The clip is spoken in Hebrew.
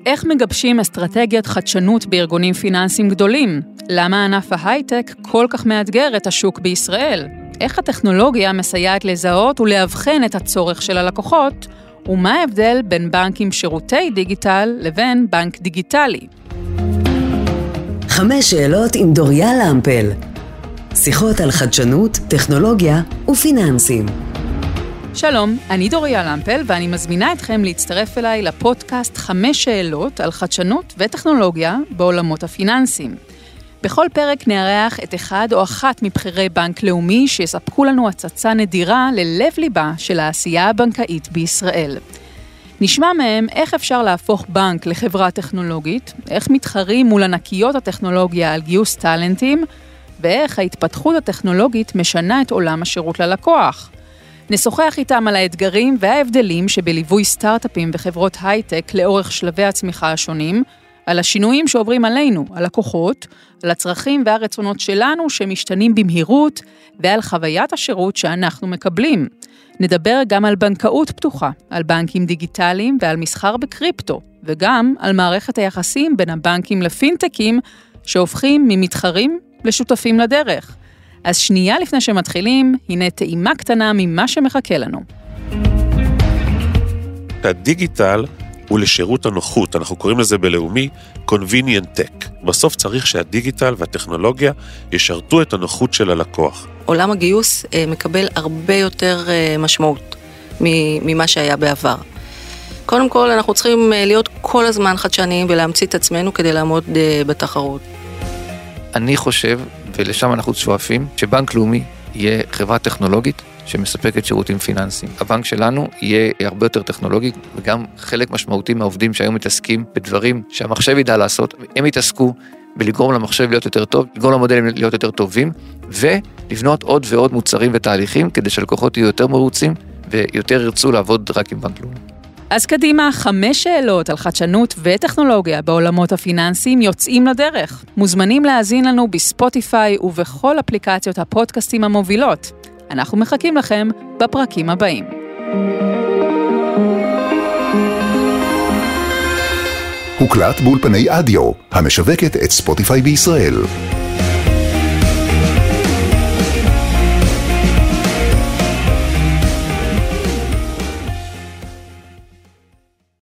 איך מגבשים אסטרטגיית חדשנות בארגונים פיננסיים גדולים? למה ענף ההייטק כל כך מאתגר את השוק בישראל? איך הטכנולוגיה מסייעת לזהות ולהבחן את הצורך של הלקוחות? ומה ההבדל בין בנק עם שירותי דיגיטל לבין בנק דיגיטלי? 5 שאלות עם דוריה למפל. שיחות על חדשנות, טכנולוגיה ופיננסים. שלום, אני דוריה למפל ואני מזמינה אתכם להצטרף אליי לפודקאסט 5 שאלות על חדשנות וטכנולוגיה בעולמות הפיננסיים. בכל פרק נארח את אחד או אחת מבחירי בנק לאומי שיספקו לנו הצצה נדירה ללב ליבה של העשייה הבנקאית בישראל. נשמע מהם איך אפשר להפוך בנק לחברה טכנולוגית, איך מתחרים מול ענקיות הטכנולוגיה על גיוס טלנטים, ואיך ההתפתחות הטכנולוגית משנה את עולם השירות ללקוח. נשוחח איתם על האתגרים וההבדלים שבליווי סטארט-אפים וחברות הייטק לאורך שלבי הצמיחה השונים, על השינויים שעוברים עלינו, הלקוחות, על הצרכים והרצונות שלנו שמשתנים במהירות, ועל חוויית השירות שאנחנו מקבלים. נדבר גם על בנקאות פתוחה, על בנקים דיגיטליים ועל מסחר בקריפטו, וגם על מערכת היחסים בין הבנקים לפינטקים, שהופכים ממתחרים לשותפים לדרך. אז שנייה לפני שמתחילים, הנה טעימה קטנה ממה שמחכה לנו. הדיגיטל הוא לשירות הנוחות, אנחנו קוראים לזה בלאומי convenient tech. בסוף צריך שהדיגיטל והטכנולוגיה ישרתו את הנוחות של הלקוח. עולם הגיוס מקבל הרבה יותר משמעות ממה שהיה בעבר. קודם כל, אנחנו צריכים להיות כל הזמן חדשניים ולהמציא את עצמנו כדי לעמוד בתחרות. אני חושב, ולשם אנחנו שואפים, שבנק לאומי יהיה חברה טכנולוגית שמספקת שירותים פיננסיים. הבנק שלנו יהיה הרבה יותר טכנולוגי, וגם חלק משמעותי מהעובדים שהיום מתעסקים בדברים שהמחשב ידע לעשות, הם יתעסקו בלגרום למחשב להיות יותר טוב, לגרום למודלים להיות יותר טובים, ולבנות עוד ועוד מוצרים ותהליכים, כדי שהלקוחות יהיו יותר מרוצים, ויותר ירצו לעבוד רק עם בנק לאומי. אז קדימה, 5 שאלות על חדשנות וטכנולוגיה בעולמות הפיננסיים יוצאים לדרך. מוזמנים להאזין לנו בספוטיפיי ובכל אפליקציות הפודקאסטים המובילות. אנחנו מחכים לכם בפרקים הבאים. הוקלט באולפני אדיו, המשווקת את ספוטיפיי בישראל.